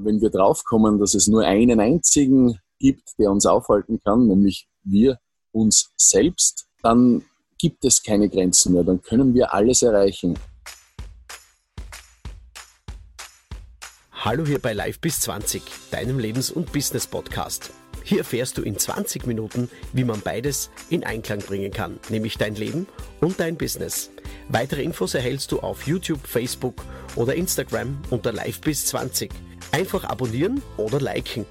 wenn wir draufkommen, dass es nur einen einzigen gibt, der uns aufhalten kann, nämlich wir uns selbst, dann gibt es keine Grenzen mehr, dann können wir alles erreichen. Hallo hier bei Live bis 20, deinem Lebens- und Business-Podcast. Hier erfährst du in 20 Minuten, wie man beides in Einklang bringen kann, nämlich dein Leben und dein Business. Weitere Infos erhältst du auf YouTube, Facebook oder Instagram unter Live bis 20. Einfach abonnieren oder liken.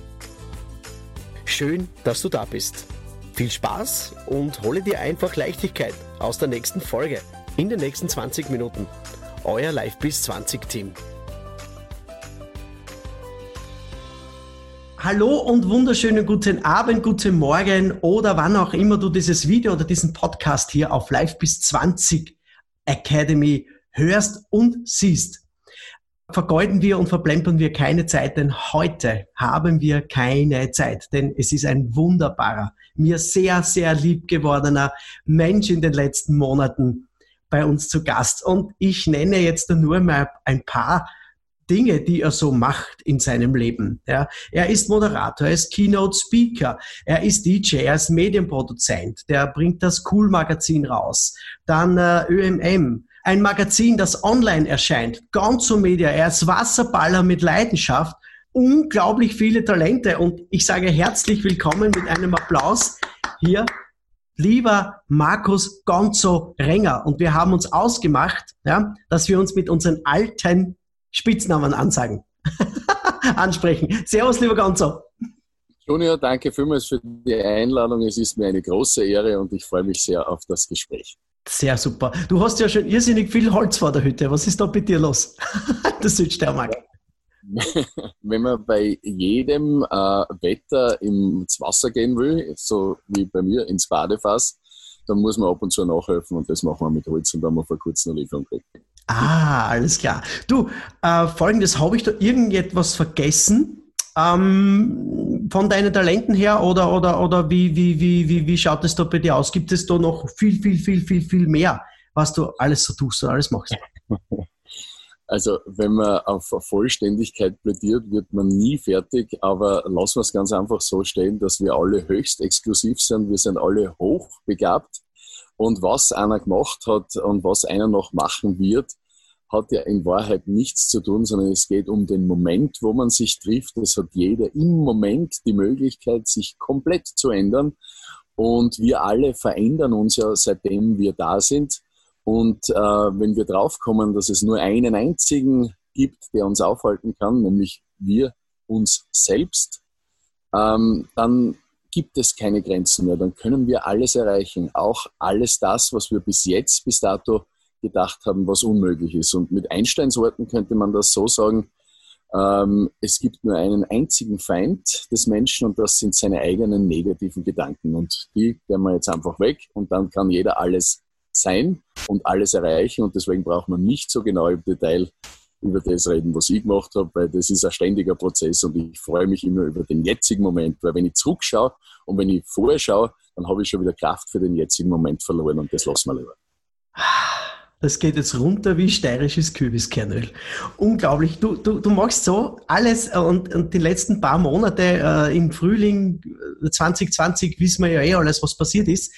Schön, dass du da bist. Viel Spaß und hole dir einfach Leichtigkeit aus der nächsten Folge in den nächsten 20 Minuten. Euer Live bis 20 Team. Hallo und wunderschönen guten Abend, guten Morgen oder wann auch immer du dieses Video oder diesen Podcast hier auf Live bis 20 Academy hörst und siehst. Vergeuden wir und verplempern wir keine Zeit, denn heute haben wir keine Zeit, denn es ist ein wunderbarer, mir sehr, sehr lieb gewordener Mensch in den letzten Monaten bei uns zu Gast. Und ich nenne jetzt nur mal ein paar Dinge, die er so macht in seinem Leben. Ja, er ist Moderator, er ist Keynote Speaker, er ist DJ, er ist Medienproduzent, der bringt das Cool-Magazin raus, dann ÖMM, ein Magazin, das online erscheint, Gonzo Media, er ist Wasserballer mit Leidenschaft, unglaublich viele Talente und ich sage herzlich willkommen mit einem Applaus hier, lieber Markus Gonzo Renger. Und wir haben uns ausgemacht, ja, dass wir uns mit unseren alten Spitznamen ansprechen. Servus, lieber Gonzo. Junior, danke vielmals für die Einladung. Es ist mir eine große Ehre und ich freue mich sehr auf das Gespräch. Sehr super. Du hast ja schon irrsinnig viel Holz vor der Hütte. Was ist da bei dir los? Der Südsteiermark. Wenn man bei jedem Wetter ins Wasser gehen will, so wie bei mir ins Badefass, dann muss man ab und zu nachhelfen und das machen wir mit Holz und da haben wir vor kurzem eine Lieferung gekriegt. Ah, alles klar. Du, Folgendes, habe ich da irgendetwas vergessen von deinen Talenten her oder wie schaut es da bei dir aus? Gibt es da noch viel mehr, was du alles so tust und alles machst? Also wenn man auf Vollständigkeit plädiert, wird man nie fertig, aber lassen wir es ganz einfach so stehen, dass wir alle höchst exklusiv sind, wir sind alle hochbegabt. Und was einer gemacht hat und was einer noch machen wird, hat ja in Wahrheit nichts zu tun, sondern es geht um den Moment, wo man sich trifft. Es hat jeder im Moment die Möglichkeit, sich komplett zu ändern. Und wir alle verändern uns ja, seitdem wir da sind. Und wenn wir draufkommen, dass es nur einen einzigen gibt, der uns aufhalten kann, nämlich wir uns selbst, dann gibt es keine Grenzen mehr, dann können wir alles erreichen, auch alles das, was wir bis dato gedacht haben, was unmöglich ist. Und mit Einsteins Worten könnte man das so sagen, es gibt nur einen einzigen Feind des Menschen und das sind seine eigenen negativen Gedanken. Und die werden wir jetzt einfach weg und dann kann jeder alles sein und alles erreichen und deswegen braucht man nicht so genau im Detail über das reden, was ich gemacht habe, weil das ist ein ständiger Prozess und ich freue mich immer über den jetzigen Moment, weil wenn ich zurückschaue und wenn ich vorher schaue, dann habe ich schon wieder Kraft für den jetzigen Moment verloren und das lassen wir lieber. Das geht jetzt runter wie steirisches Kürbiskernöl. Unglaublich. Du machst so alles und die letzten paar Monate im Frühling 2020 wissen wir ja eh alles, was passiert ist.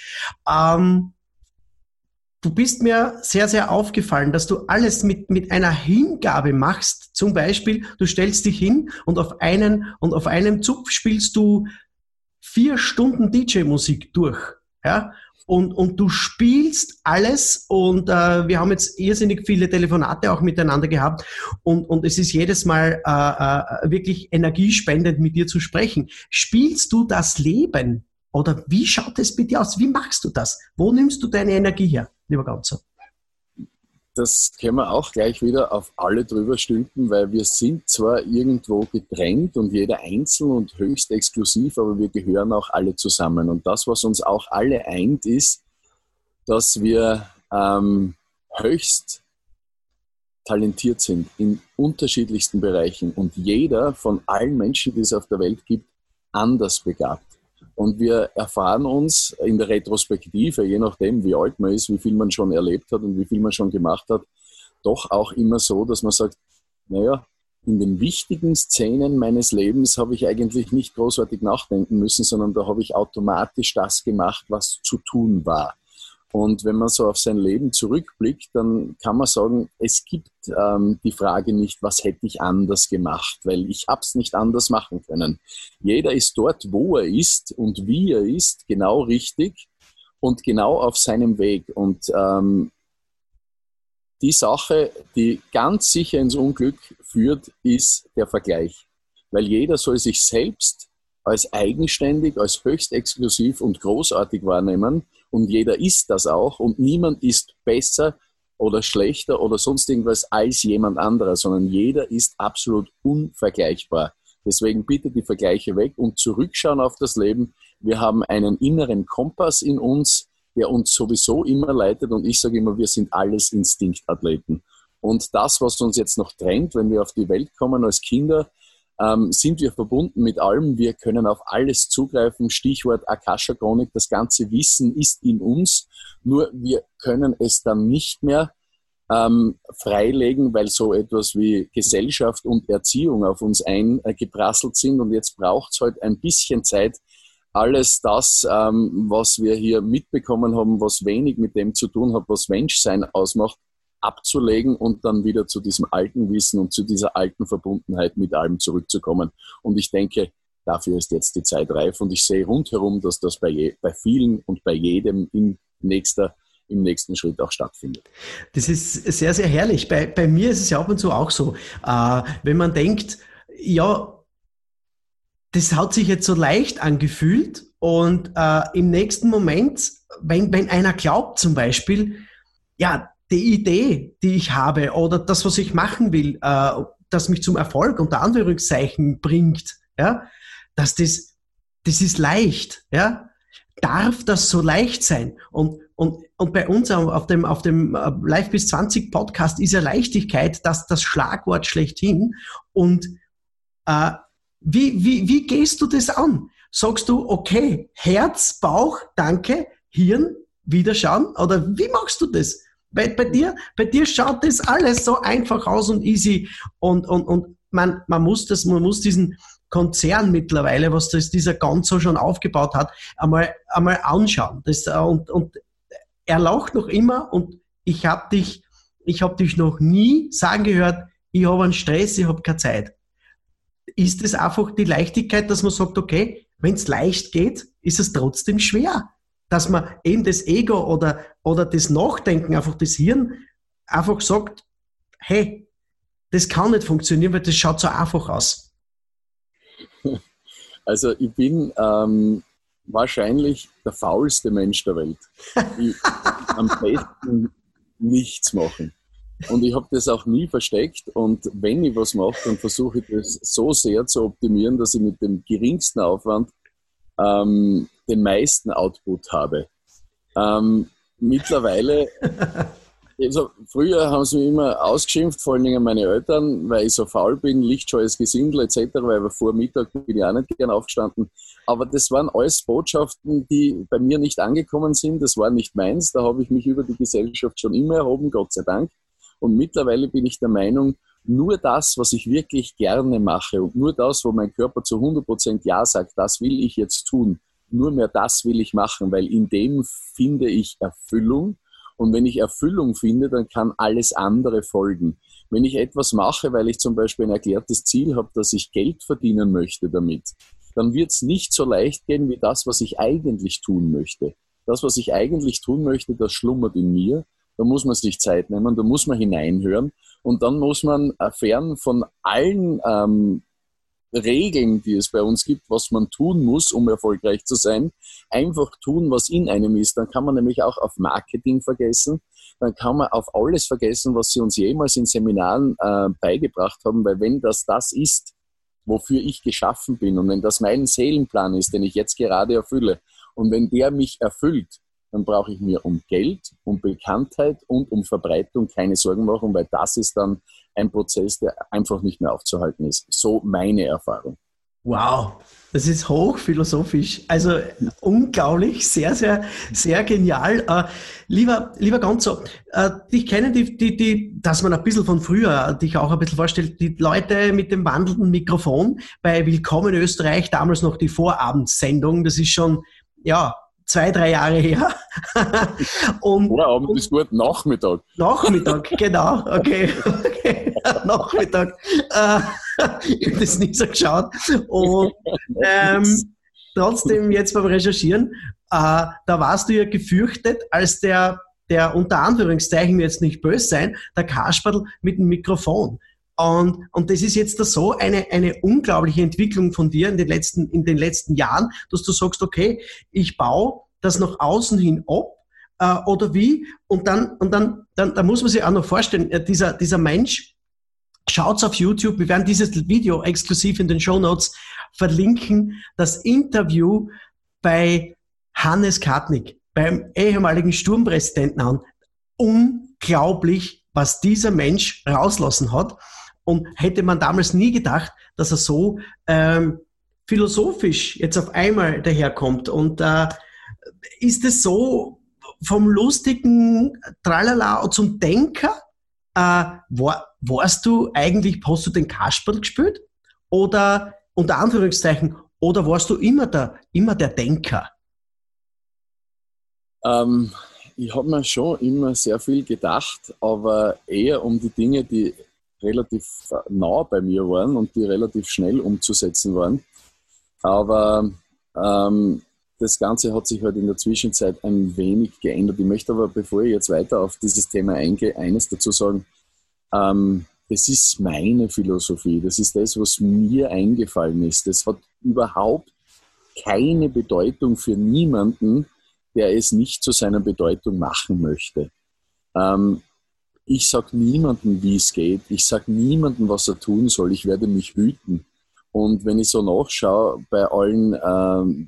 Du bist mir sehr, sehr aufgefallen, dass du alles mit einer Hingabe machst. Zum Beispiel, du stellst dich hin und auf einem Zupf spielst du 4 Stunden DJ-Musik durch. Ja? Und du spielst alles und wir haben jetzt irrsinnig viele Telefonate auch miteinander gehabt und es ist jedes Mal wirklich energiespendend mit dir zu sprechen. Spielst du das Leben? Oder wie schaut es bei dir aus? Wie machst du das? Wo nimmst du deine Energie her, lieber Gonzo? Das können wir auch gleich wieder auf alle drüber stülpen, weil wir sind zwar irgendwo getrennt und jeder einzeln und höchst exklusiv, aber wir gehören auch alle zusammen. Und das, was uns auch alle eint, ist, dass wir höchst talentiert sind in unterschiedlichsten Bereichen und jeder von allen Menschen, die es auf der Welt gibt, anders begabt. Und wir erfahren uns in der Retrospektive, je nachdem, wie alt man ist, wie viel man schon erlebt hat und wie viel man schon gemacht hat, doch auch immer so, dass man sagt, naja, in den wichtigen Szenen meines Lebens habe ich eigentlich nicht großartig nachdenken müssen, sondern da habe ich automatisch das gemacht, was zu tun war. Und wenn man so auf sein Leben zurückblickt, dann kann man sagen, es gibt die Frage nicht, was hätte ich anders gemacht, weil ich habe es nicht anders machen können. Jeder ist dort, wo er ist und wie er ist, genau richtig und genau auf seinem Weg. Und die Sache, die ganz sicher ins Unglück führt, ist der Vergleich. Weil jeder soll sich selbst als eigenständig, als höchst exklusiv und großartig wahrnehmen und jeder ist das auch und niemand ist besser oder schlechter oder sonst irgendwas als jemand anderer, sondern jeder ist absolut unvergleichbar. Deswegen bitte die Vergleiche weg und zurückschauen auf das Leben. Wir haben einen inneren Kompass in uns, der uns sowieso immer leitet und ich sage immer, wir sind alles Instinktathleten. Und das, was uns jetzt noch trennt, wenn wir auf die Welt kommen als Kinder, sind wir verbunden mit allem. Wir können auf alles zugreifen. Stichwort Akasha-Chronik, das ganze Wissen ist in uns, nur wir können es dann nicht mehr freilegen, weil so etwas wie Gesellschaft und Erziehung auf uns eingeprasselt sind und jetzt braucht es halt ein bisschen Zeit, alles das, was wir hier mitbekommen haben, was wenig mit dem zu tun hat, was Menschsein ausmacht, abzulegen und dann wieder zu diesem alten Wissen und zu dieser alten Verbundenheit mit allem zurückzukommen. Und ich denke, dafür ist jetzt die Zeit reif und ich sehe rundherum, dass das bei vielen und bei jedem im nächsten Schritt auch stattfindet. Das ist sehr, sehr herrlich. Bei mir ist es ja ab und zu auch so, wenn man denkt, ja, das hat sich jetzt so leicht angefühlt und im nächsten Moment, wenn einer glaubt zum Beispiel, ja, die Idee, die ich habe oder das, was ich machen will, das mich zum Erfolg unter Anführungszeichen bringt, ja, das ist leicht, ja, darf das so leicht sein? Und bei uns auf dem Live bis 20 Podcast ist ja Leichtigkeit das Schlagwort schlechthin und wie gehst du das an? Sagst du, okay, Herz, Bauch, danke, Hirn, wiederschauen? Oder wie machst du das? Bei dir schaut das alles so einfach aus und easy und man muss diesen Konzern mittlerweile, was dieser Gonzo schon aufgebaut hat, einmal anschauen. Und er lacht noch immer und ich hab dich noch nie sagen gehört, ich habe einen Stress, ich habe keine Zeit. Ist es einfach die Leichtigkeit, dass man sagt, okay, wenn es leicht geht, ist es trotzdem schwer. Dass man eben das Ego oder das Nachdenken, einfach das Hirn, einfach sagt, hey, das kann nicht funktionieren, weil das schaut so einfach aus. Also ich bin wahrscheinlich der faulste Mensch der Welt. Ich am besten nichts machen. Und ich habe das auch nie versteckt. Und wenn ich was mache, dann versuche ich das so sehr zu optimieren, dass ich mit dem geringsten Aufwand den meisten Output habe. Mittlerweile, also früher haben sie mich immer ausgeschimpft, vor allen Dingen meine Eltern, weil ich so faul bin, lichtscheues Gesindel etc., weil vor Mittag bin ich auch nicht gern aufgestanden. Aber das waren alles Botschaften, die bei mir nicht angekommen sind. Das war nicht meins. Da habe ich mich über die Gesellschaft schon immer erhoben, Gott sei Dank. Und mittlerweile bin ich der Meinung, nur das, was ich wirklich gerne mache und nur das, wo mein Körper zu 100% Ja sagt, das will ich jetzt tun. Nur mehr das will ich machen, weil in dem finde ich Erfüllung. Und wenn ich Erfüllung finde, dann kann alles andere folgen. Wenn ich etwas mache, weil ich zum Beispiel ein erklärtes Ziel habe, dass ich Geld verdienen möchte damit, dann wird es nicht so leicht gehen wie das, was ich eigentlich tun möchte. Das, was ich eigentlich tun möchte, das schlummert in mir. Da muss man sich Zeit nehmen, da muss man hineinhören und dann muss man fern von allen Regeln, die es bei uns gibt, was man tun muss, um erfolgreich zu sein, einfach tun, was in einem ist. Dann kann man nämlich auch auf Marketing vergessen, dann kann man auf alles vergessen, was sie uns jemals in Seminaren beigebracht haben, weil wenn das ist, wofür ich geschaffen bin und wenn das mein Seelenplan ist, den ich jetzt gerade erfülle und wenn der mich erfüllt, dann brauche ich mir um Geld, um Bekanntheit und um Verbreitung keine Sorgen machen, weil das ist dann ein Prozess, der einfach nicht mehr aufzuhalten ist. So meine Erfahrung. Wow, das ist hochphilosophisch. Also unglaublich, sehr, sehr, sehr genial. Lieber Gonzo, dich kennen dass man ein bisschen von früher dich auch ein bisschen vorstellt, die Leute mit dem wandelnden Mikrofon bei Willkommen in Österreich, damals noch die Vorabendsendung, das ist schon, ja, 2-3 Jahre her. Vorabend ist gut, Nachmittag. Nachmittag, genau, okay. Nachmittag. Ich habe das nicht so geschaut. Und trotzdem jetzt beim Recherchieren, da warst du ja gefürchtet, als der unter Anführungszeichen jetzt nicht böse sein, der Kasperl mit dem Mikrofon. Und das ist jetzt so eine unglaubliche Entwicklung von dir in den letzten Jahren, dass du sagst, okay, ich baue das nach außen hin ab, oder wie? Und dann muss man sich auch noch vorstellen, dieser Mensch, schaut's auf YouTube, wir werden dieses Video exklusiv in den Shownotes verlinken, das Interview bei Hannes Kartnick, beim ehemaligen Sturmpräsidenten an. Unglaublich, was dieser Mensch rauslassen hat. Und hätte man damals nie gedacht, dass er so philosophisch jetzt auf einmal daherkommt. Und ist es so vom lustigen Tralala zum Denker? Warst du eigentlich, hast du den Kasperl gespielt? Oder, unter Anführungszeichen, oder warst du immer der Denker? Ich habe mir schon immer sehr viel gedacht, aber eher um die Dinge, die relativ nah bei mir waren und die relativ schnell umzusetzen waren. Aber das Ganze hat sich halt in der Zwischenzeit ein wenig geändert. Ich möchte aber, bevor ich jetzt weiter auf dieses Thema eingehe, eines dazu sagen. Das ist meine Philosophie. Das ist das, was mir eingefallen ist. Das hat überhaupt keine Bedeutung für niemanden, der es nicht zu seiner Bedeutung machen möchte. Ich sage niemandem, wie es geht. Ich sage niemandem, was er tun soll. Ich werde mich hüten. Und wenn ich so nachschaue, bei allen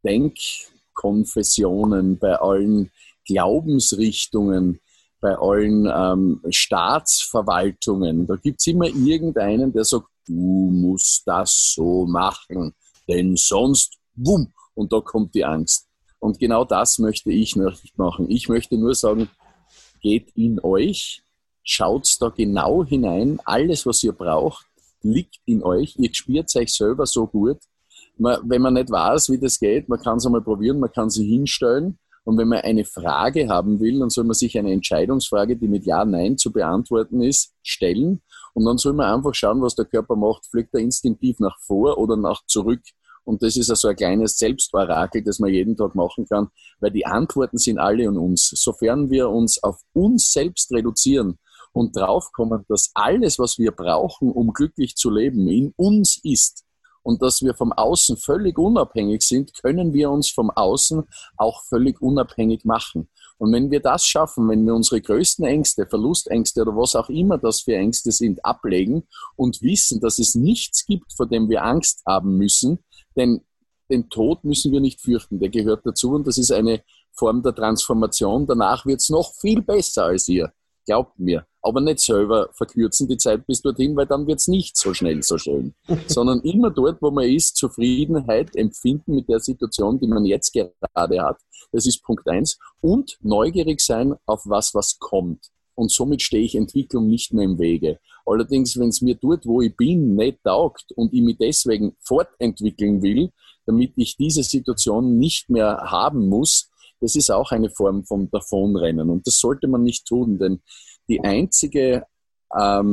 Denkkonfessionen, bei allen Glaubensrichtungen, bei allen Staatsverwaltungen, da gibt es immer irgendeinen, der sagt, du musst das so machen, denn sonst, wumm, und da kommt die Angst. Und genau das möchte ich nicht machen. Ich möchte nur sagen, geht in euch, schaut da genau hinein, alles, was ihr braucht, liegt in euch, ihr spürt euch selber so gut. Wenn man nicht weiß, wie das geht, man kann es einmal probieren, man kann sie hinstellen. Und wenn man eine Frage haben will, dann soll man sich eine Entscheidungsfrage, die mit Ja, Nein zu beantworten ist, stellen. Und dann soll man einfach schauen, was der Körper macht. Fliegt er instinktiv nach vor oder nach zurück? Und das ist also ein kleines Selbstorakel, das man jeden Tag machen kann, weil die Antworten sind alle in uns. Sofern wir uns auf uns selbst reduzieren und draufkommen, dass alles, was wir brauchen, um glücklich zu leben, in uns ist, und dass wir vom Außen völlig unabhängig sind, können wir uns vom Außen auch völlig unabhängig machen. Und wenn wir das schaffen, wenn wir unsere größten Ängste, Verlustängste oder was auch immer das für Ängste sind, ablegen und wissen, dass es nichts gibt, vor dem wir Angst haben müssen, denn den Tod müssen wir nicht fürchten, der gehört dazu und das ist eine Form der Transformation. Danach wird es noch viel besser als ihr. Glaubt mir, aber nicht selber verkürzen die Zeit bis dorthin, weil dann wird es nicht so schnell so schön, sondern immer dort, wo man ist, Zufriedenheit empfinden mit der Situation, die man jetzt gerade hat. Das ist Punkt 1. Und neugierig sein auf was kommt. Und somit stehe ich Entwicklung nicht mehr im Wege. Allerdings, wenn es mir dort, wo ich bin, nicht taugt und ich mich deswegen fortentwickeln will, damit ich diese Situation nicht mehr haben muss, das ist auch eine Form von Davonrennen. Und das sollte man nicht tun, denn die einzige Art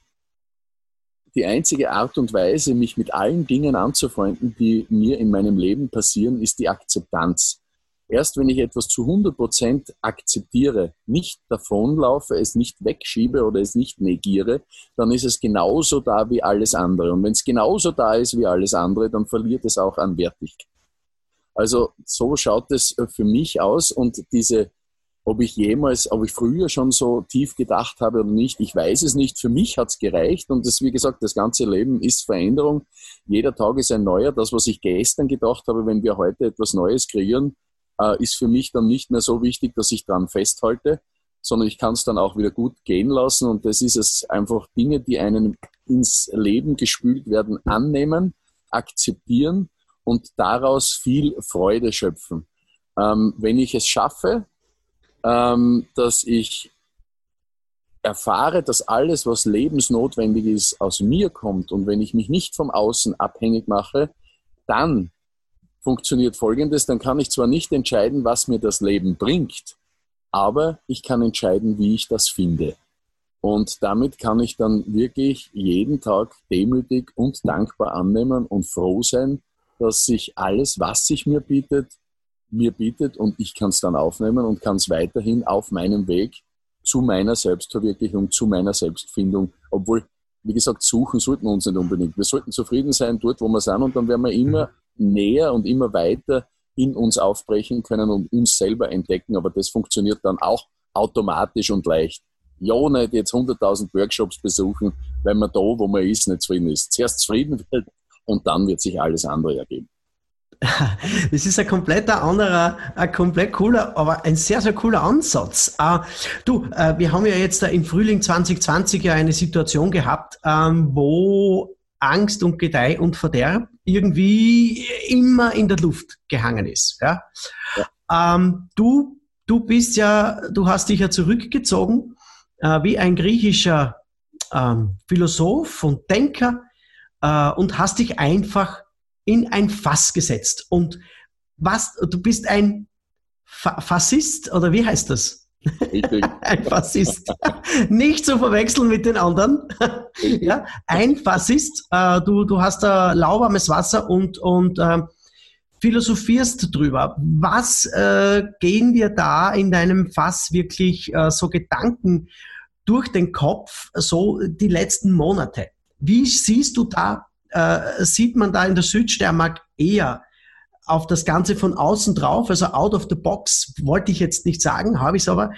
und Weise, mich mit allen Dingen anzufreunden, die mir in meinem Leben passieren, ist die Akzeptanz. Erst wenn ich etwas zu 100% akzeptiere, nicht davonlaufe, es nicht wegschiebe oder es nicht negiere, dann ist es genauso da wie alles andere. Und wenn es genauso da ist wie alles andere, dann verliert es auch an Wertigkeit. Also so schaut es für mich aus und ob ich früher schon so tief gedacht habe oder nicht, ich weiß es nicht. Für mich hat es gereicht und wie gesagt, das ganze Leben ist Veränderung. Jeder Tag ist ein neuer. Das, was ich gestern gedacht habe, wenn wir heute etwas Neues kreieren, ist für mich dann nicht mehr so wichtig, dass ich daran festhalte, sondern ich kann es dann auch wieder gut gehen lassen und das ist es einfach Dinge, die einem ins Leben gespült werden, annehmen, akzeptieren und daraus viel Freude schöpfen. Wenn ich es schaffe, dass ich erfahre, dass alles, was lebensnotwendig ist, aus mir kommt und wenn ich mich nicht vom Außen abhängig mache, dann funktioniert Folgendes, dann kann ich zwar nicht entscheiden, was mir das Leben bringt, aber ich kann entscheiden, wie ich das finde. Und damit kann ich dann wirklich jeden Tag demütig und dankbar annehmen und froh sein, dass sich alles, was sich mir bietet und ich kann es dann aufnehmen und kann es weiterhin auf meinem Weg zu meiner Selbstverwirklichung, zu meiner Selbstfindung, obwohl, wie gesagt, suchen sollten wir uns nicht unbedingt. Wir sollten zufrieden sein dort, wo wir sind und dann werden wir immer näher und immer weiter in uns aufbrechen können und uns selber entdecken, aber das funktioniert dann auch automatisch und leicht. Ja, nicht jetzt 100.000 Workshops besuchen, weil man da, wo man ist, nicht zufrieden ist. Zuerst zufrieden wird und dann wird sich alles andere ergeben. Das ist ein komplett cooler, aber ein sehr, sehr cooler Ansatz. Wir haben ja jetzt im Frühling 2020 ja eine Situation gehabt, wo Angst und Gedeih und Verderb irgendwie immer in der Luft gehangen ist. Ja? Ja. Du hast dich ja zurückgezogen, wie ein griechischer Philosoph und Denker und hast dich einfach in ein Fass gesetzt. Und du bist ein Fassist, oder wie heißt das? Richtig. Ein Fassist. Nicht zu verwechseln mit den anderen. Ja, ein Fassist. Du hast lauwarmes Wasser und philosophierst drüber. Was gehen dir da in deinem Fass wirklich so Gedanken durch den Kopf, so die letzten Monate? Wie siehst du da, sieht man da in der Südsteiermark eher auf das Ganze von außen drauf, also out of the box, wollte ich jetzt nicht sagen, habe ich es aber.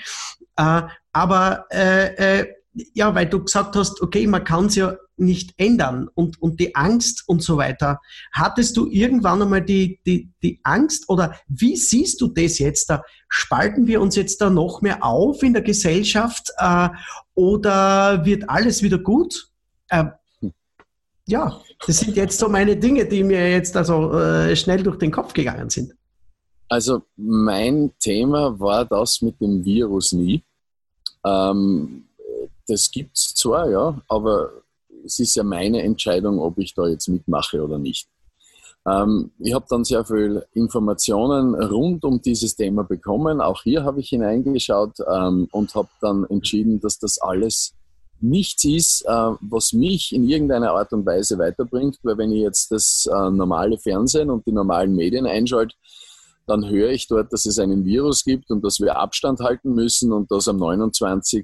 Ja, weil du gesagt hast, okay, man kann es ja nicht ändern und die Angst und so weiter. Hattest du irgendwann einmal die Angst oder wie siehst du das jetzt da? Spalten wir uns jetzt da noch mehr auf in der Gesellschaft oder wird alles wieder gut? Ja, das sind jetzt so meine Dinge, die mir jetzt also schnell durch den Kopf gegangen sind. Also mein Thema war das mit dem Virus nie. Das gibt es zwar, ja, aber es ist ja meine Entscheidung, ob ich da jetzt mitmache oder nicht. Ich habe dann sehr viel Informationen rund um dieses Thema bekommen. Auch hier habe ich hineingeschaut und habe dann entschieden, dass das alles nichts ist, was mich in irgendeiner Art und Weise weiterbringt, weil wenn ich jetzt das normale Fernsehen und die normalen Medien einschalte, dann höre ich dort, dass es einen Virus gibt und dass wir Abstand halten müssen und dass am 29.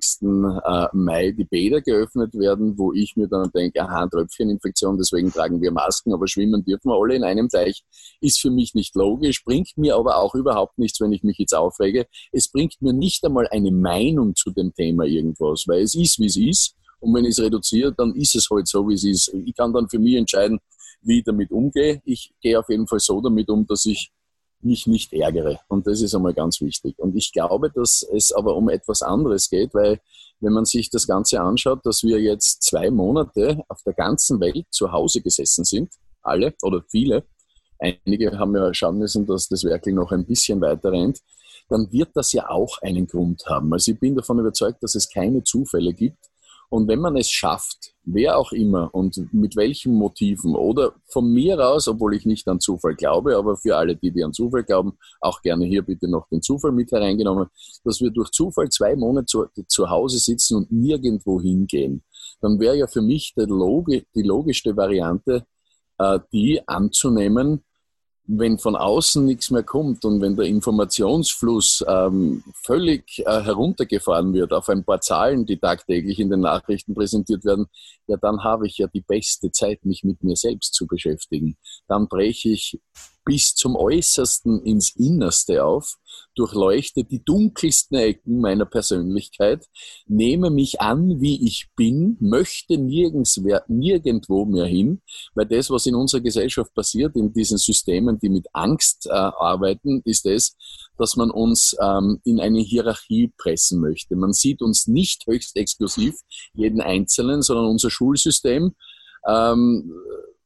Mai die Bäder geöffnet werden, wo ich mir dann denke, aha, Tröpfcheninfektion, deswegen tragen wir Masken, aber schwimmen dürfen wir alle in einem Teich, ist für mich nicht logisch, bringt mir aber auch überhaupt nichts, wenn ich mich jetzt aufrege. Es bringt mir nicht einmal eine Meinung zu dem Thema irgendwas, weil es ist, wie es ist und wenn ich es reduziere, dann ist es halt so, wie es ist. Ich kann dann für mich entscheiden, wie ich damit umgehe. Ich gehe auf jeden Fall so damit um, dass ich mich nicht ärgere. Und das ist einmal ganz wichtig. Und ich glaube, dass es aber um etwas anderes geht, weil wenn man sich das Ganze anschaut, dass wir jetzt 2 Monate auf der ganzen Welt zu Hause gesessen sind, alle oder viele, einige haben ja schauen müssen, dass das wirklich noch ein bisschen weiter rennt, dann wird das ja auch einen Grund haben. Also ich bin davon überzeugt, dass es keine Zufälle gibt. Und wenn man es schafft, wer auch immer und mit welchen Motiven oder von mir aus, obwohl ich nicht an Zufall glaube, aber für alle, die an Zufall glauben, auch gerne hier bitte noch den Zufall mit hereingenommen, dass wir durch Zufall 2 Monate zu Hause sitzen und nirgendwo hingehen, dann wäre ja für mich die logischste Variante, die anzunehmen, wenn von außen nichts mehr kommt und wenn der Informationsfluss völlig heruntergefahren wird auf ein paar Zahlen, die tagtäglich in den Nachrichten präsentiert werden, ja, dann habe ich ja die beste Zeit, mich mit mir selbst zu beschäftigen. Dann breche ich bis zum Äußersten ins Innerste auf, durchleuchte die dunkelsten Ecken meiner Persönlichkeit, nehme mich an, wie ich bin, möchte nirgendwo mehr hin, weil das, was in unserer Gesellschaft passiert, in diesen Systemen, die mit Angst arbeiten, ist es, dass man uns in eine Hierarchie pressen möchte. Man sieht uns nicht höchst exklusiv, jeden Einzelnen, sondern unser Schulsystem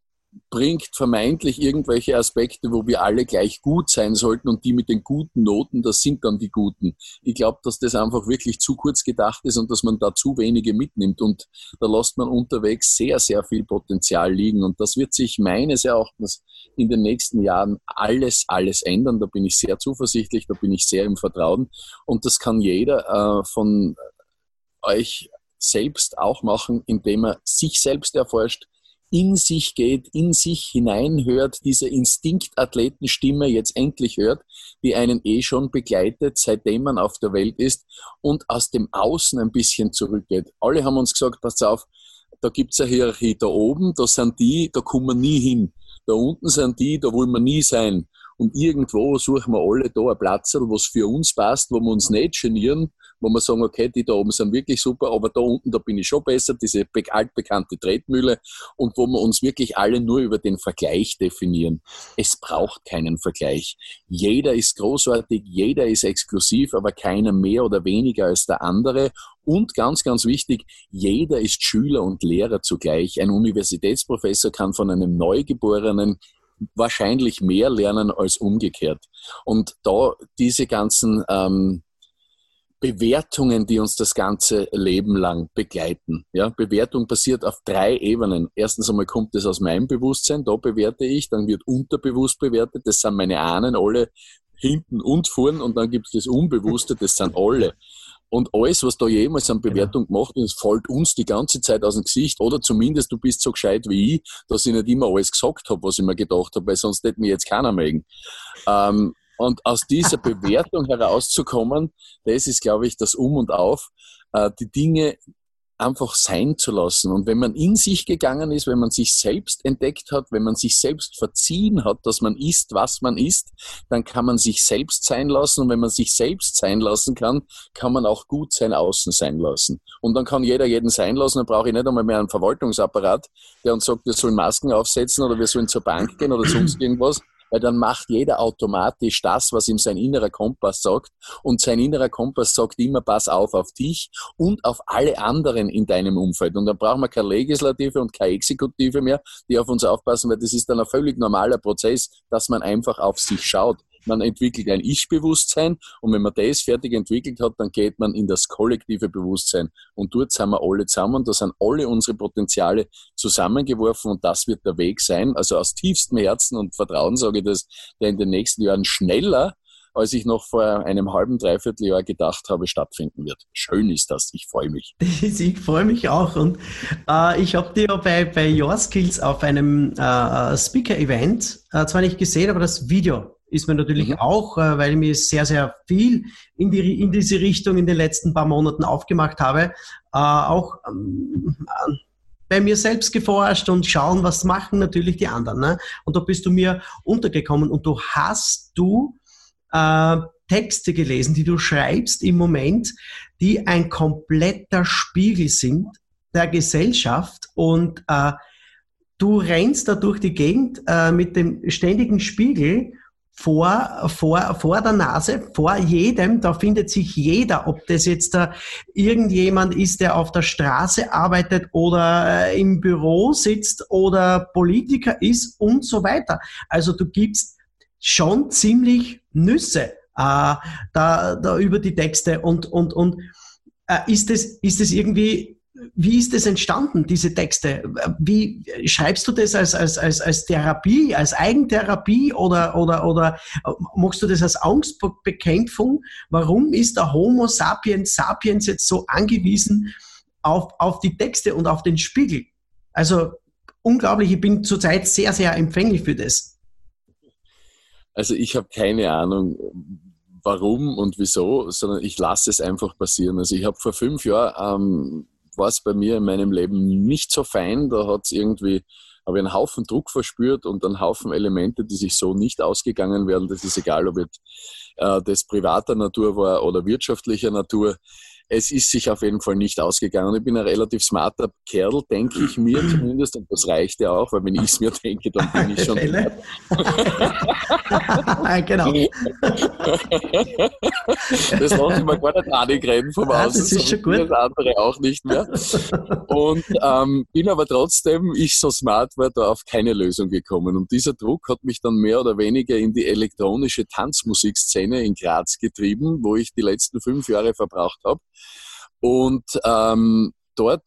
bringt vermeintlich irgendwelche Aspekte, wo wir alle gleich gut sein sollten und die mit den guten Noten, das sind dann die Guten. Ich glaube, dass das einfach wirklich zu kurz gedacht ist und dass man da zu wenige mitnimmt und da lässt man unterwegs sehr, sehr viel Potenzial liegen und das wird sich meines Erachtens in den nächsten Jahren alles ändern. Da bin ich sehr zuversichtlich, da bin ich sehr im Vertrauen und das kann jeder von euch selbst auch machen, indem er sich selbst erforscht, in sich geht, in sich hineinhört, diese Instinktathletenstimme jetzt endlich hört, die einen schon begleitet, seitdem man auf der Welt ist und aus dem Außen ein bisschen zurückgeht. Alle haben uns gesagt, pass auf, da gibt's eine Hierarchie, da oben, da sind die, da kommen wir nie hin. Da unten sind die, da wollen wir nie sein. Und irgendwo suchen wir alle da ein Platzl, was für uns passt, wo wir uns nicht genieren, wo wir sagen, okay, die da oben sind wirklich super, aber da unten, da bin ich schon besser, diese altbekannte Tretmühle und wo wir uns wirklich alle nur über den Vergleich definieren. Es braucht keinen Vergleich. Jeder ist großartig, jeder ist exklusiv, aber keiner mehr oder weniger als der andere. Und ganz, ganz wichtig, jeder ist Schüler und Lehrer zugleich. Ein Universitätsprofessor kann von einem Neugeborenen wahrscheinlich mehr lernen als umgekehrt. Und da diese ganzen Bewertungen, die uns das ganze Leben lang begleiten. Ja, Bewertung passiert auf 3 Ebenen. Erstens einmal kommt es aus meinem Bewusstsein, da bewerte ich, dann wird unterbewusst bewertet, das sind meine Ahnen, alle hinten und vorn und dann gibt es das Unbewusste, das sind alle. Und alles, was da jemals an Bewertung gemacht ist, fällt uns die ganze Zeit aus dem Gesicht. Oder zumindest du bist so gescheit wie ich, dass ich nicht immer alles gesagt habe, was ich mir gedacht habe, weil sonst hätte mir jetzt keiner mögen. Und aus dieser Bewertung herauszukommen, das ist, glaube ich, das Um und Auf, die Dinge einfach sein zu lassen. Und wenn man in sich gegangen ist, wenn man sich selbst entdeckt hat, wenn man sich selbst verziehen hat, dass man ist, was man ist, dann kann man sich selbst sein lassen. Und wenn man sich selbst sein lassen kann, kann man auch gut sein Außen sein lassen. Und dann kann jeder jeden sein lassen. Dann brauche ich nicht einmal mehr einen Verwaltungsapparat, der uns sagt, wir sollen Masken aufsetzen oder wir sollen zur Bank gehen oder sonst irgendwas. Weil dann macht jeder automatisch das, was ihm sein innerer Kompass sagt. Und sein innerer Kompass sagt immer, pass auf dich und auf alle anderen in deinem Umfeld. Und dann brauchen wir keine Legislative und keine Exekutive mehr, die auf uns aufpassen, weil das ist dann ein völlig normaler Prozess, dass man einfach auf sich schaut. Man entwickelt ein Ich-Bewusstsein und wenn man das fertig entwickelt hat, dann geht man in das kollektive Bewusstsein. Und dort sind wir alle zusammen, da sind alle unsere Potenziale zusammengeworfen und das wird der Weg sein. Also aus tiefstem Herzen und Vertrauen sage ich das, der in den nächsten Jahren schneller, als ich noch vor einem halben, dreiviertel Jahr gedacht habe, stattfinden wird. Schön ist das, ich freue mich. Ich freue mich auch und ich habe dir ja bei Your Skills auf einem Speaker-Event zwar nicht gesehen, aber das Video ist mir natürlich auch, weil ich mir sehr, sehr viel in diese Richtung in den letzten paar Monaten aufgemacht habe, auch bei mir selbst geforscht und schauen, was machen natürlich die anderen. Ne? Und da bist du mir untergekommen und du hast Texte gelesen, die du schreibst im Moment, die ein kompletter Spiegel sind der Gesellschaft und du rennst da durch die Gegend mit dem ständigen Spiegel vor der Nase, vor jedem, da findet sich jeder, ob das jetzt irgendjemand ist, der auf der Straße arbeitet oder im Büro sitzt oder Politiker ist und so weiter. Also du gibst schon ziemlich Nüsse da über die Texte und ist es irgendwie, wie ist das entstanden, diese Texte? Wie schreibst du das als Therapie, als Eigentherapie oder machst du das als Angstbekämpfung? Warum ist der Homo sapiens jetzt so angewiesen auf die Texte und auf den Spiegel? Also unglaublich, ich bin zurzeit sehr, sehr empfänglich für das. Also ich habe keine Ahnung, warum und wieso, sondern ich lasse es einfach passieren. Also ich habe vor 5 Jahren war es bei mir in meinem Leben nicht so fein. Da habe ich einen Haufen Druck verspürt und einen Haufen Elemente, die sich so nicht ausgegangen wären. Das ist egal, ob jetzt das privater Natur war oder wirtschaftlicher Natur. es ist sich auf jeden Fall nicht ausgegangen. Ich bin ein relativ smarter Kerl, denke ich mir zumindest, und das reicht ja auch, weil wenn ich es mir denke, dann bin ich schon smart. Genau. Das lasse ich mir gar nicht reden vom Außen, das ist schon gut. Das andere auch nicht mehr. Und bin aber trotzdem, ich so smart war, da auf keine Lösung gekommen. Und dieser Druck hat mich dann mehr oder weniger in die elektronische Tanzmusikszene in Graz getrieben, wo ich die letzten 5 Jahre verbracht habe. Und dort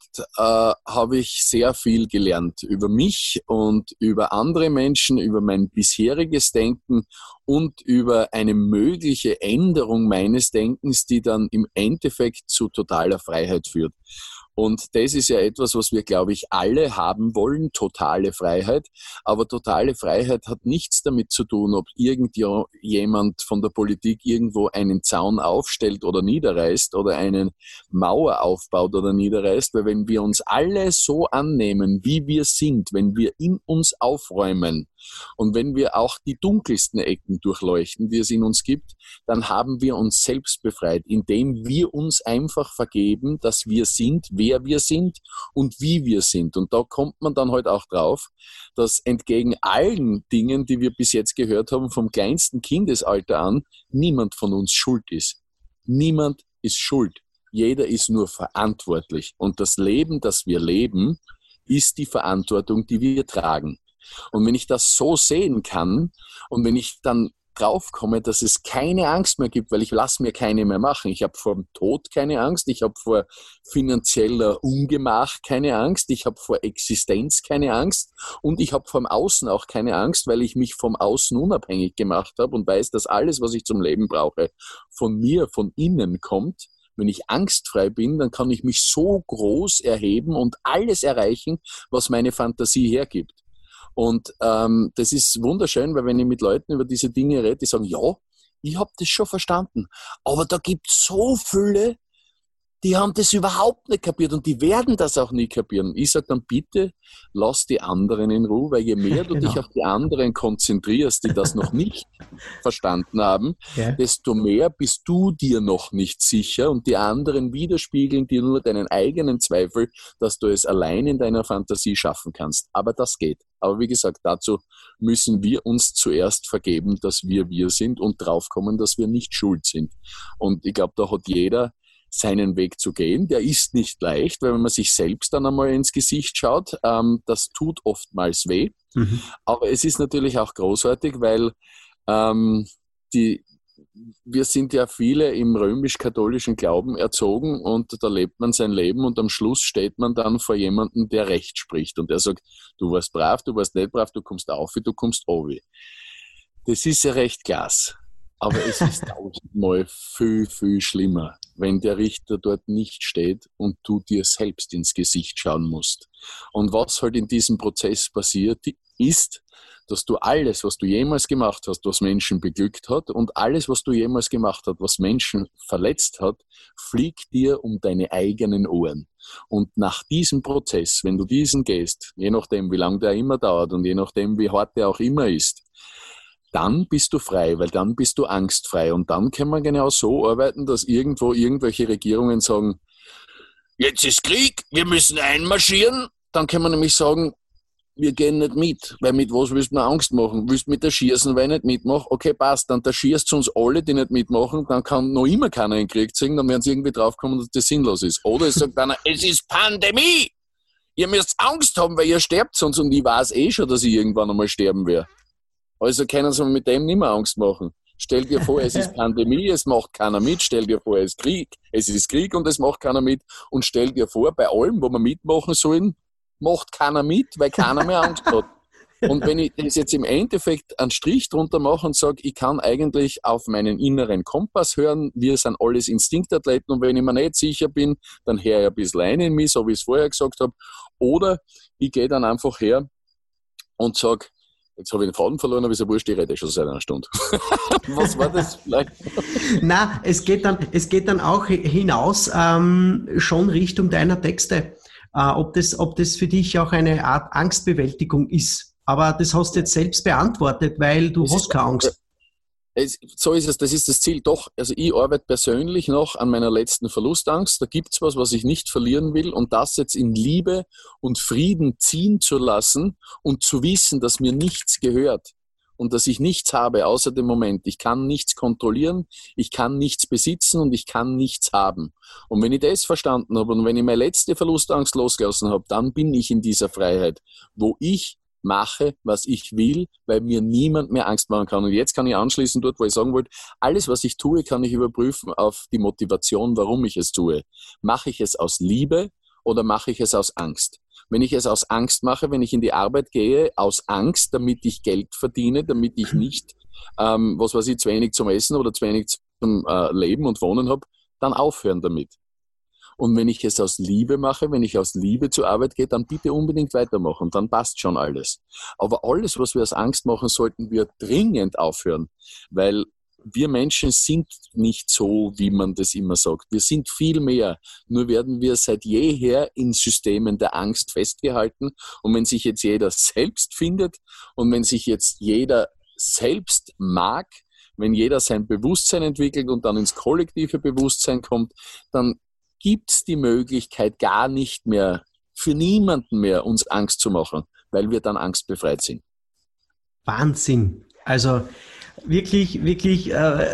habe ich sehr viel gelernt über mich und über andere Menschen, über mein bisheriges Denken und über eine mögliche Änderung meines Denkens, die dann im Endeffekt zu totaler Freiheit führt. Und das ist ja etwas, was wir, glaube ich, alle haben wollen, totale Freiheit. Aber totale Freiheit hat nichts damit zu tun, ob irgendjemand von der Politik irgendwo einen Zaun aufstellt oder niederreißt oder eine Mauer aufbaut oder niederreißt. Weil wenn wir uns alle so annehmen, wie wir sind, wenn wir in uns aufräumen und wenn wir auch die dunkelsten Ecken durchleuchten, die es in uns gibt, dann haben wir uns selbst befreit, indem wir uns einfach vergeben, dass wir sind, wer wir sind und wie wir sind. Und da kommt man dann halt auch drauf, dass entgegen allen Dingen, die wir bis jetzt gehört haben, vom kleinsten Kindesalter an, niemand von uns schuld ist. Niemand ist schuld. Jeder ist nur verantwortlich. Und das Leben, das wir leben, ist die Verantwortung, die wir tragen. Und wenn ich das so sehen kann und wenn ich dann draufkomme, dass es keine Angst mehr gibt, weil ich lasse mir keine mehr machen. Ich habe vor dem Tod keine Angst, ich habe vor finanzieller Ungemach keine Angst, ich habe vor Existenz keine Angst und ich habe vom Außen auch keine Angst, weil ich mich vom Außen unabhängig gemacht habe und weiß, dass alles, was ich zum Leben brauche, von mir, von innen kommt. Wenn ich angstfrei bin, dann kann ich mich so groß erheben und alles erreichen, was meine Fantasie hergibt. Und das ist wunderschön, weil wenn ich mit Leuten über diese Dinge rede, die sagen, ja, ich habe das schon verstanden, aber da gibt es so viele, die haben das überhaupt nicht kapiert und die werden das auch nie kapieren. Ich sage dann, bitte lass die anderen in Ruhe, weil je mehr du dich auf die anderen konzentrierst, die das noch nicht verstanden haben, desto mehr bist du dir noch nicht sicher und die anderen widerspiegeln dir nur deinen eigenen Zweifel, dass du es allein in deiner Fantasie schaffen kannst. Aber das geht. Aber wie gesagt, dazu müssen wir uns zuerst vergeben, dass wir sind und draufkommen, dass wir nicht schuld sind. Und ich glaube, da hat jeder seinen Weg zu gehen. Der ist nicht leicht, weil wenn man sich selbst dann einmal ins Gesicht schaut, das tut oftmals weh. Mhm. Aber es ist natürlich auch großartig, weil wir sind ja viele im römisch-katholischen Glauben erzogen und da lebt man sein Leben und am Schluss steht man dann vor jemandem, der Recht spricht und der sagt, du warst brav, du warst nicht brav, du kommst auf, du kommst obi. Das ist ja recht klasse. Aber es ist tausendmal viel, viel schlimmer, wenn der Richter dort nicht steht und du dir selbst ins Gesicht schauen musst. Und was halt in diesem Prozess passiert, ist, dass du alles, was du jemals gemacht hast, was Menschen beglückt hat und alles, was du jemals gemacht hast, was Menschen verletzt hat, fliegt dir um deine eigenen Ohren. Und nach diesem Prozess, wenn du diesen gehst, je nachdem, wie lange der immer dauert und je nachdem, wie hart der auch immer ist, dann bist du frei, weil dann bist du angstfrei. Und dann kann man genau so arbeiten, dass irgendwo irgendwelche Regierungen sagen, jetzt ist Krieg, wir müssen einmarschieren. Dann kann man nämlich sagen, wir gehen nicht mit, weil mit was willst du mir Angst machen? Willst du mit der schießen, weil ich nicht mitmache? Okay, passt, dann da schießt uns alle, die nicht mitmachen, dann kann noch immer keiner in den Krieg ziehen, dann werden sie irgendwie draufkommen, dass das sinnlos ist. Oder es sagt einer, es ist Pandemie! Ihr müsst Angst haben, weil ihr sterbt sonst und ich weiß eh schon, dass ich irgendwann einmal sterben werde. Also können sie mit dem nicht mehr Angst machen. Stell dir vor, es ist Pandemie, es macht keiner mit. Stell dir vor, es ist Krieg und es macht keiner mit. Und stell dir vor, bei allem, wo wir mitmachen sollen, macht keiner mit, weil keiner mehr Angst hat. Und wenn ich das jetzt im Endeffekt einen Strich drunter mache und sage, ich kann eigentlich auf meinen inneren Kompass hören, wir sind alles Instinktathleten und wenn ich mir nicht sicher bin, dann höre ich ein bisschen rein in mich, so wie ich es vorher gesagt habe. Oder ich gehe dann einfach her und sage, jetzt habe ich den Faden verloren, aber ist ja wurscht, ich rede schon seit einer Stunde. Was war das vielleicht? Nein, es geht dann auch hinaus schon Richtung deiner Texte. Ob das für dich auch eine Art Angstbewältigung ist. Aber das hast du jetzt selbst beantwortet, weil du hast keine Angst. So ist es, das ist das Ziel. Doch, also ich arbeite persönlich noch an meiner letzten Verlustangst. Da gibt's was ich nicht verlieren will, und das jetzt in Liebe und Frieden ziehen zu lassen und zu wissen, dass mir nichts gehört und dass ich nichts habe außer dem Moment. Ich kann nichts kontrollieren, ich kann nichts besitzen und ich kann nichts haben. Und wenn ich das verstanden habe und wenn ich meine letzte Verlustangst losgelassen habe, dann bin ich in dieser Freiheit, wo ich mache, was ich will, weil mir niemand mehr Angst machen kann. Und jetzt kann ich anschließen dort, wo ich sagen wollte, alles, was ich tue, kann ich überprüfen auf die Motivation, warum ich es tue. Mache ich es aus Liebe oder mache ich es aus Angst? Wenn ich es aus Angst mache, wenn ich in die Arbeit gehe, aus Angst, damit ich Geld verdiene, damit ich nicht, zu wenig zum Essen oder zu wenig zum Leben und Wohnen habe, dann aufhören damit. Und wenn ich es aus Liebe mache, wenn ich aus Liebe zur Arbeit gehe, dann bitte unbedingt weitermachen, dann passt schon alles. Aber alles, was wir aus Angst machen, sollten wir dringend aufhören, weil wir Menschen sind nicht so, wie man das immer sagt. Wir sind viel mehr, nur werden wir seit jeher in Systemen der Angst festgehalten. Und wenn sich jetzt jeder selbst findet und wenn sich jetzt jeder selbst mag, wenn jeder sein Bewusstsein entwickelt und dann ins kollektive Bewusstsein kommt, dann gibt es die Möglichkeit gar nicht mehr, für niemanden mehr uns Angst zu machen, weil wir dann angstbefreit sind. Wahnsinn. Also wirklich, wirklich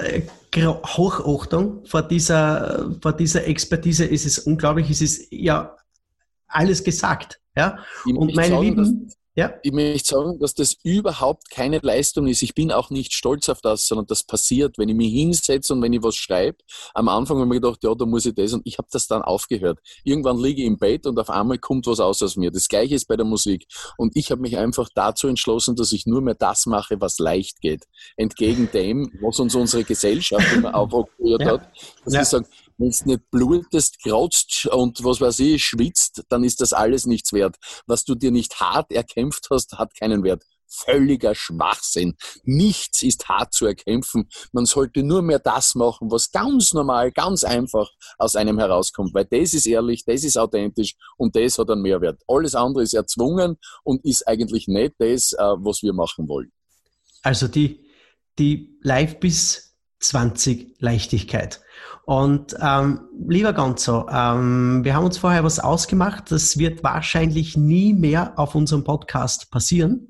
Hochachtung vor dieser Expertise. Es ist unglaublich, es ist ja alles gesagt. Ja? Und meine Lieben... Ja. Ich möchte sagen, dass das überhaupt keine Leistung ist. Ich bin auch nicht stolz auf das, sondern das passiert, wenn ich mich hinsetze und wenn ich was schreibe. Am Anfang habe ich mir gedacht, ja, da muss ich das, und ich habe das dann aufgehört. Irgendwann liege ich im Bett und auf einmal kommt was aus mir. Das Gleiche ist bei der Musik. Und ich habe mich einfach dazu entschlossen, dass ich nur mehr das mache, was leicht geht. Entgegen dem, was uns unsere Gesellschaft immer aufoktroyiert hat, dass ich sage, wenn es nicht blutest, kratzt und was weiß ich, schwitzt, dann ist das alles nichts wert. Was du dir nicht hart erkämpft hast, hat keinen Wert. Völliger Schwachsinn. Nichts ist hart zu erkämpfen. Man sollte nur mehr das machen, was ganz normal, ganz einfach aus einem herauskommt, weil das ist ehrlich, das ist authentisch und das hat einen Mehrwert. Alles andere ist erzwungen und ist eigentlich nicht das, was wir machen wollen. Also die Live bis 20 Leichtigkeit. Und lieber Gonzo, wir haben uns vorher was ausgemacht, das wird wahrscheinlich nie mehr auf unserem Podcast passieren,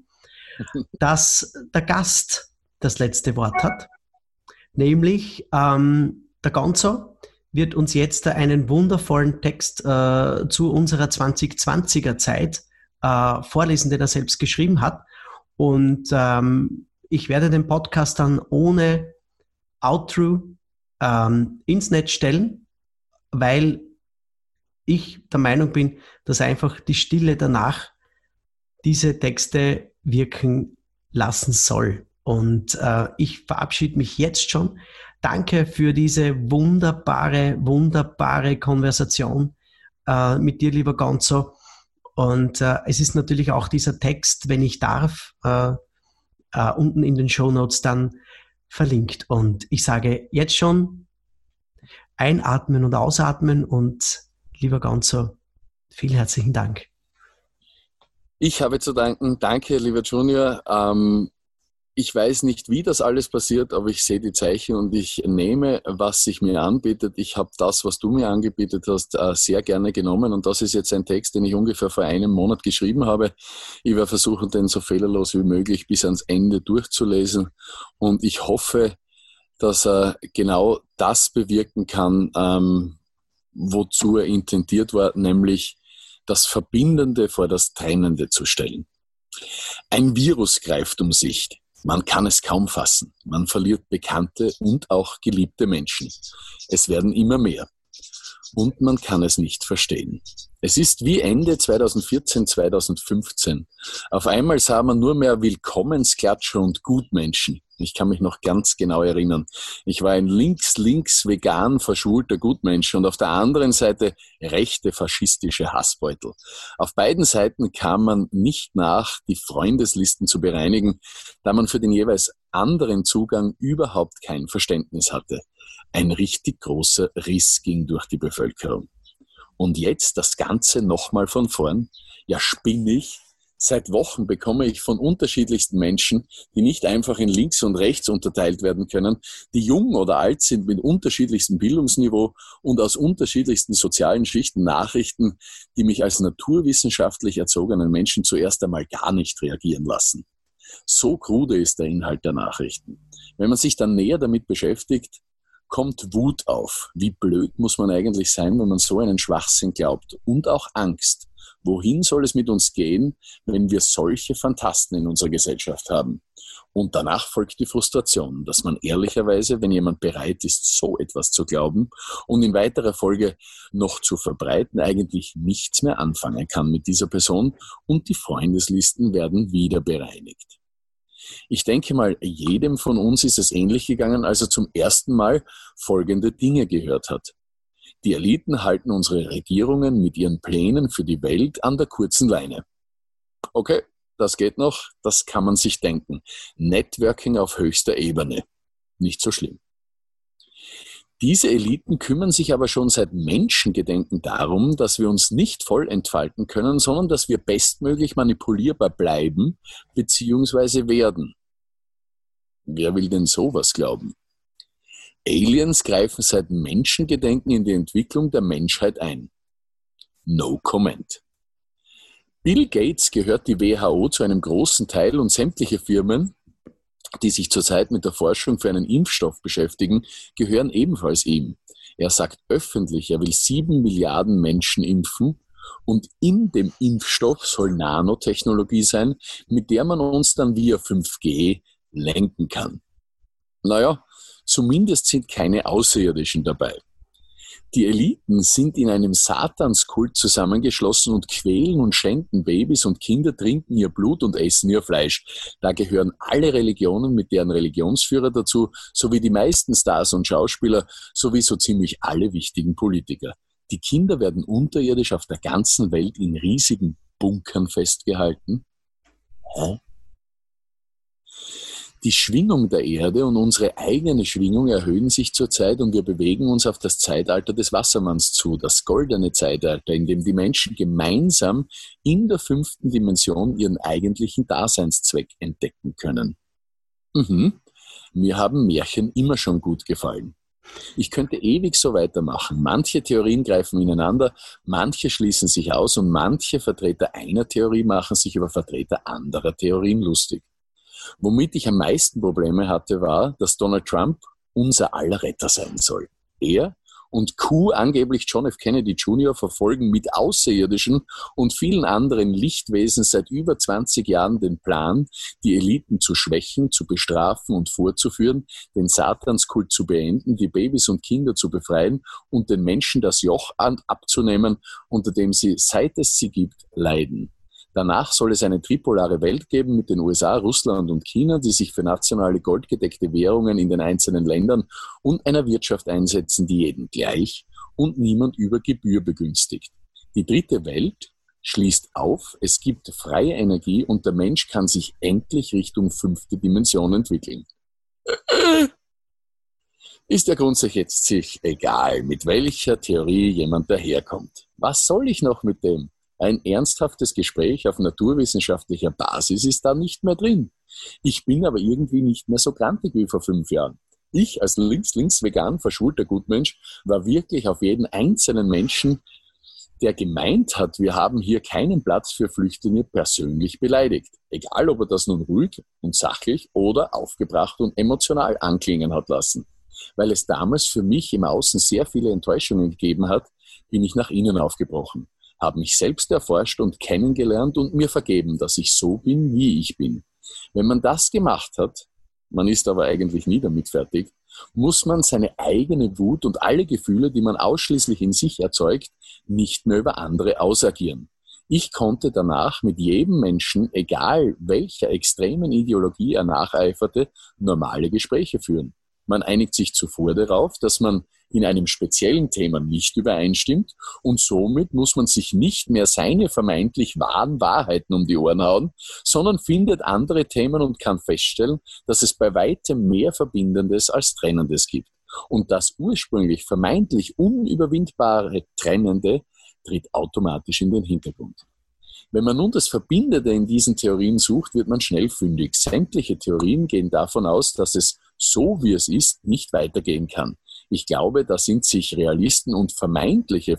dass der Gast das letzte Wort hat. Nämlich der Gonzo wird uns jetzt einen wundervollen Text zu unserer 2020er Zeit vorlesen, den er selbst geschrieben hat. Und ich werde den Podcast dann ohne Outro ins Netz stellen, weil ich der Meinung bin, dass einfach die Stille danach diese Texte wirken lassen soll. Und ich verabschiede mich jetzt schon. Danke für diese wunderbare Konversation mit dir, lieber Gonzo. Und es ist natürlich auch dieser Text, wenn ich darf, unten in den Shownotes dann verlinkt. Und ich sage jetzt schon einatmen und ausatmen und lieber Gonzo, vielen herzlichen Dank. Ich habe zu danken. Danke, lieber Junior. Ich weiß nicht, wie das alles passiert, aber ich sehe die Zeichen und ich nehme, was sich mir anbietet. Ich habe das, was du mir angebietet hast, sehr gerne genommen, und das ist jetzt ein Text, den ich ungefähr vor einem Monat geschrieben habe. Ich werde versuchen, den so fehlerlos wie möglich bis ans Ende durchzulesen, und ich hoffe, dass er genau das bewirken kann, wozu er intentiert war, nämlich das Verbindende vor das Trennende zu stellen. Ein Virus greift um sich. Man kann es kaum fassen. Man verliert bekannte und auch geliebte Menschen. Es werden immer mehr. Und man kann es nicht verstehen. Es ist wie Ende 2014, 2015. Auf einmal sah man nur mehr Willkommensklatscher und Gutmenschen. Ich kann mich noch ganz genau erinnern. Ich war ein links vegan verschwulter Gutmensch und auf der anderen Seite rechte faschistische Hassbeutel. Auf beiden Seiten kam man nicht nach, die Freundeslisten zu bereinigen, da man für den jeweils anderen Zugang überhaupt kein Verständnis hatte. Ein richtig großer Riss ging durch die Bevölkerung. Und jetzt das Ganze nochmal von vorn? Ja, spinne ich? Seit Wochen bekomme ich von unterschiedlichsten Menschen, die nicht einfach in links und rechts unterteilt werden können, die jung oder alt sind mit unterschiedlichstem Bildungsniveau und aus unterschiedlichsten sozialen Schichten Nachrichten, die mich als naturwissenschaftlich erzogenen Menschen zuerst einmal gar nicht reagieren lassen. So krude ist der Inhalt der Nachrichten. Wenn man sich dann näher damit beschäftigt, kommt Wut auf. Wie blöd muss man eigentlich sein, wenn man so einen Schwachsinn glaubt? Und auch Angst. Wohin soll es mit uns gehen, wenn wir solche Phantasten in unserer Gesellschaft haben? Und danach folgt die Frustration, dass man ehrlicherweise, wenn jemand bereit ist, so etwas zu glauben und in weiterer Folge noch zu verbreiten, eigentlich nichts mehr anfangen kann mit dieser Person und die Freundeslisten werden wieder bereinigt. Ich denke mal, jedem von uns ist es ähnlich gegangen, als er zum ersten Mal folgende Dinge gehört hat. Die Eliten halten unsere Regierungen mit ihren Plänen für die Welt an der kurzen Leine. Okay, das geht noch, das kann man sich denken. Networking auf höchster Ebene. Nicht so schlimm. Diese Eliten kümmern sich aber schon seit Menschengedenken darum, dass wir uns nicht voll entfalten können, sondern dass wir bestmöglich manipulierbar bleiben bzw. werden. Wer will denn sowas glauben? Aliens greifen seit Menschengedenken in die Entwicklung der Menschheit ein. No comment. Bill Gates gehört die WHO zu einem großen Teil und sämtliche Firmen, die sich zurzeit mit der Forschung für einen Impfstoff beschäftigen, gehören ebenfalls ihm. Er sagt öffentlich, er will 7 Milliarden Menschen impfen und in dem Impfstoff soll Nanotechnologie sein, mit der man uns dann via 5G lenken kann. Naja, zumindest sind keine Außerirdischen dabei. Die Eliten sind in einem Satanskult zusammengeschlossen und quälen und schänden Babys und Kinder, trinken ihr Blut und essen ihr Fleisch. Da gehören alle Religionen mit deren Religionsführer dazu, sowie die meisten Stars und Schauspieler, sowie so ziemlich alle wichtigen Politiker. Die Kinder werden unterirdisch auf der ganzen Welt in riesigen Bunkern festgehalten. Hä? Die Schwingung der Erde und unsere eigene Schwingung erhöhen sich zurzeit und wir bewegen uns auf das Zeitalter des Wassermanns zu, das goldene Zeitalter, in dem die Menschen gemeinsam in der 5. Dimension ihren eigentlichen Daseinszweck entdecken können. Mir haben Märchen immer schon gut gefallen. Ich könnte ewig so weitermachen. Manche Theorien greifen ineinander, manche schließen sich aus und manche Vertreter einer Theorie machen sich über Vertreter anderer Theorien lustig. Womit ich am meisten Probleme hatte, war, dass Donald Trump unser aller Retter sein soll. Er und Q, angeblich John F. Kennedy Jr., verfolgen mit Außerirdischen und vielen anderen Lichtwesen seit über 20 Jahren den Plan, die Eliten zu schwächen, zu bestrafen und vorzuführen, den Satanskult zu beenden, die Babys und Kinder zu befreien und den Menschen das Joch abzunehmen, unter dem sie, seit es sie gibt, leiden. Danach soll es eine tripolare Welt geben mit den USA, Russland und China, die sich für nationale goldgedeckte Währungen in den einzelnen Ländern und einer Wirtschaft einsetzen, die jeden gleich und niemand über Gebühr begünstigt. Die dritte Welt schließt auf, es gibt freie Energie und der Mensch kann sich endlich Richtung 5. Dimension entwickeln. Ist ja grundsätzlich egal, mit welcher Theorie jemand daherkommt. Was soll ich noch mit dem? Ein ernsthaftes Gespräch auf naturwissenschaftlicher Basis ist da nicht mehr drin. Ich bin aber irgendwie nicht mehr so grantig wie vor 5 Jahren. Ich als links-vegan verschulter Gutmensch war wirklich auf jeden einzelnen Menschen, der gemeint hat, wir haben hier keinen Platz für Flüchtlinge, persönlich beleidigt. Egal, ob er das nun ruhig und sachlich oder aufgebracht und emotional anklingen hat lassen. Weil es damals für mich im Außen sehr viele Enttäuschungen gegeben hat, bin ich nach innen aufgebrochen. Habe mich selbst erforscht und kennengelernt und mir vergeben, dass ich so bin, wie ich bin. Wenn man das gemacht hat, man ist aber eigentlich nie damit fertig, muss man seine eigene Wut und alle Gefühle, die man ausschließlich in sich erzeugt, nicht mehr über andere ausagieren. Ich konnte danach mit jedem Menschen, egal welcher extremen Ideologie er nacheiferte, normale Gespräche führen. Man einigt sich zuvor darauf, dass man in einem speziellen Thema nicht übereinstimmt und somit muss man sich nicht mehr seine vermeintlich wahren Wahrheiten um die Ohren hauen, sondern findet andere Themen und kann feststellen, dass es bei weitem mehr Verbindendes als Trennendes gibt. Und das ursprünglich vermeintlich unüberwindbare Trennende tritt automatisch in den Hintergrund. Wenn man nun das Verbindende in diesen Theorien sucht, wird man schnell fündig. Sämtliche Theorien gehen davon aus, dass es so, wie es ist, nicht weitergehen kann. Ich glaube, da sind sich Realisten und vermeintliche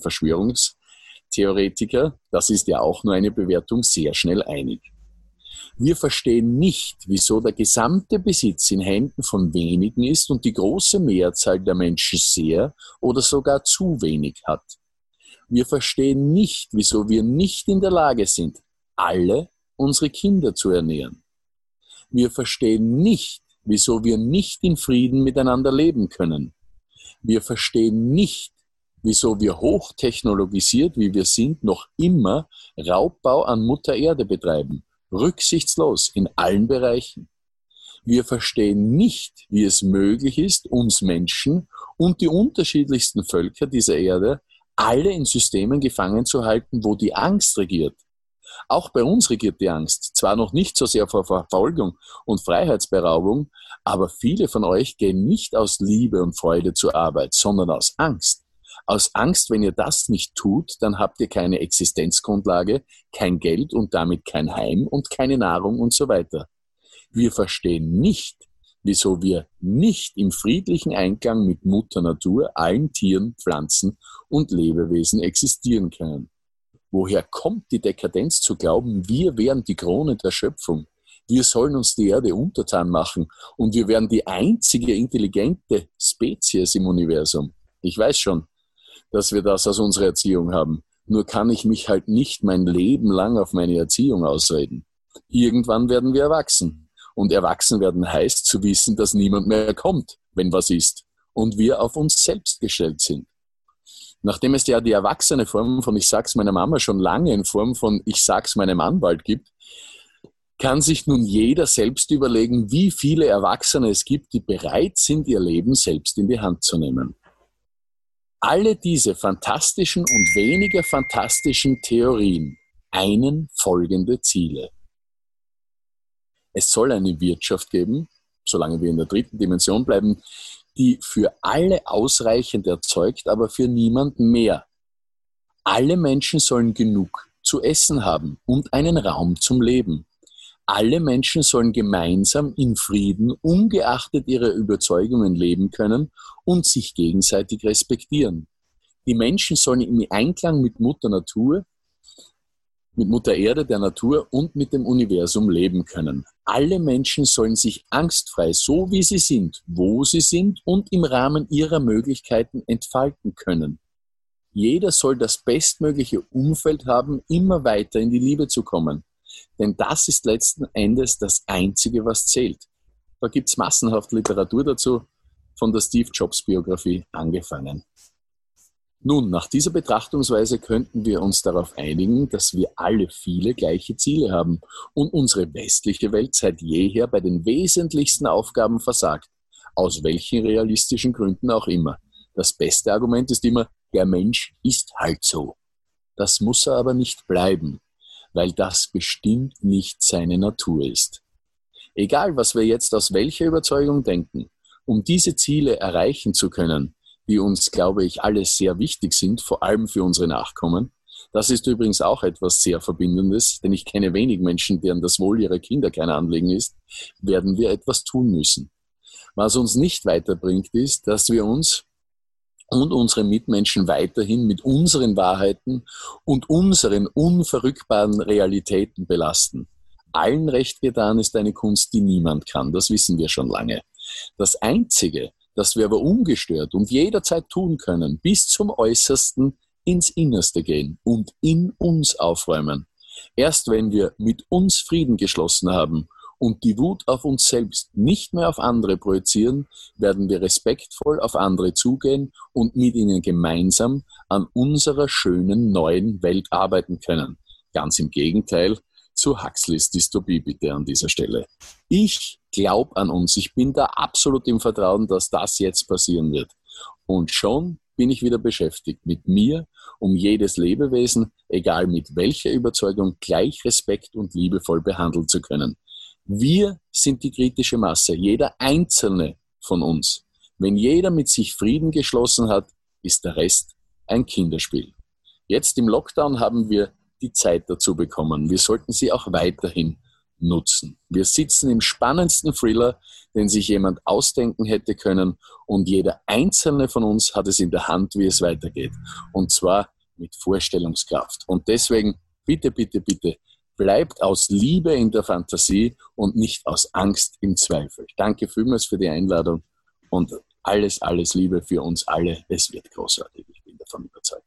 Verschwörungstheoretiker, das ist ja auch nur eine Bewertung, sehr schnell einig. Wir verstehen nicht, wieso der gesamte Besitz in Händen von wenigen ist und die große Mehrzahl der Menschen sehr oder sogar zu wenig hat. Wir verstehen nicht, wieso wir nicht in der Lage sind, alle unsere Kinder zu ernähren. Wir verstehen nicht, wieso wir nicht in Frieden miteinander leben können. Wir verstehen nicht, wieso wir hochtechnologisiert, wie wir sind, noch immer Raubbau an Mutter Erde betreiben, rücksichtslos in allen Bereichen. Wir verstehen nicht, wie es möglich ist, uns Menschen und die unterschiedlichsten Völker dieser Erde alle in Systemen gefangen zu halten, wo die Angst regiert. Auch bei uns regiert die Angst, zwar noch nicht so sehr vor Verfolgung und Freiheitsberaubung, aber viele von euch gehen nicht aus Liebe und Freude zur Arbeit, sondern aus Angst. Aus Angst, wenn ihr das nicht tut, dann habt ihr keine Existenzgrundlage, kein Geld und damit kein Heim und keine Nahrung und so weiter. Wir verstehen nicht, wieso wir nicht im friedlichen Einklang mit Mutter Natur, allen Tieren, Pflanzen und Lebewesen existieren können. Woher kommt die Dekadenz zu glauben, wir wären die Krone der Schöpfung? Wir sollen uns die Erde untertan machen und wir wären die einzige intelligente Spezies im Universum. Ich weiß schon, dass wir das aus unserer Erziehung haben. Nur kann ich mich halt nicht mein Leben lang auf meine Erziehung ausreden. Irgendwann werden wir erwachsen. Und erwachsen werden heißt zu wissen, dass niemand mehr kommt, wenn was ist. Und wir auf uns selbst gestellt sind. Nachdem es ja die erwachsene Form von ich sag's meiner Mama schon lange in Form von ich sag's meinem Anwalt gibt, kann sich nun jeder selbst überlegen, wie viele Erwachsene es gibt, die bereit sind, ihr Leben selbst in die Hand zu nehmen. Alle diese fantastischen und weniger fantastischen Theorien einen folgende Ziele. Es soll eine Wirtschaft geben, solange wir in der dritten Dimension bleiben, die für alle ausreichend erzeugt, aber für niemanden mehr. Alle Menschen sollen genug zu essen haben und einen Raum zum Leben. Alle Menschen sollen gemeinsam in Frieden, ungeachtet ihrer Überzeugungen leben können und sich gegenseitig respektieren. Die Menschen sollen im Einklang mit Mutter Natur, mit Mutter Erde, der Natur und mit dem Universum leben können. Alle Menschen sollen sich angstfrei, so wie sie sind, wo sie sind und im Rahmen ihrer Möglichkeiten entfalten können. Jeder soll das bestmögliche Umfeld haben, immer weiter in die Liebe zu kommen. Denn das ist letzten Endes das Einzige, was zählt. Da gibt es massenhaft Literatur dazu, von der Steve Jobs Biografie angefangen. Nun, nach dieser Betrachtungsweise könnten wir uns darauf einigen, dass wir alle viele gleiche Ziele haben und unsere westliche Welt seit jeher bei den wesentlichsten Aufgaben versagt, aus welchen realistischen Gründen auch immer. Das beste Argument ist immer, der Mensch ist halt so. Das muss er aber nicht bleiben, weil das bestimmt nicht seine Natur ist. Egal, was wir jetzt aus welcher Überzeugung denken, um diese Ziele erreichen zu können, die uns, glaube ich, alle sehr wichtig sind, vor allem für unsere Nachkommen. Das ist übrigens auch etwas sehr Verbindendes, denn ich kenne wenig Menschen, deren das Wohl ihrer Kinder kein Anliegen ist, werden wir etwas tun müssen. Was uns nicht weiterbringt, ist, dass wir uns und unsere Mitmenschen weiterhin mit unseren Wahrheiten und unseren unverrückbaren Realitäten belasten. Allen recht getan ist eine Kunst, die niemand kann, das wissen wir schon lange. Das Einzige, das wir aber ungestört und jederzeit tun können, bis zum Äußersten ins Innerste gehen und in uns aufräumen. Erst wenn wir mit uns Frieden geschlossen haben und die Wut auf uns selbst nicht mehr auf andere projizieren, werden wir respektvoll auf andere zugehen und mit ihnen gemeinsam an unserer schönen neuen Welt arbeiten können. Ganz im Gegenteil zu Huxleys Dystopie bitte an dieser Stelle. Ich glaube an uns. Ich bin da absolut im Vertrauen, dass das jetzt passieren wird. Und schon bin ich wieder beschäftigt mit mir, um jedes Lebewesen, egal mit welcher Überzeugung, gleich respekt- und liebevoll behandeln zu können. Wir sind die kritische Masse, jeder einzelne von uns. Wenn jeder mit sich Frieden geschlossen hat, ist der Rest ein Kinderspiel. Jetzt im Lockdown haben wir die Zeit dazu bekommen. Wir sollten sie auch weiterhin nutzen. Wir sitzen im spannendsten Thriller, den sich jemand ausdenken hätte können, und jeder einzelne von uns hat es in der Hand, wie es weitergeht. Und zwar mit Vorstellungskraft. Und deswegen bitte, bitte, bitte, bleibt aus Liebe in der Fantasie und nicht aus Angst im Zweifel. Danke vielmals für die Einladung und alles, alles Liebe für uns alle. Es wird großartig. Ich bin davon überzeugt.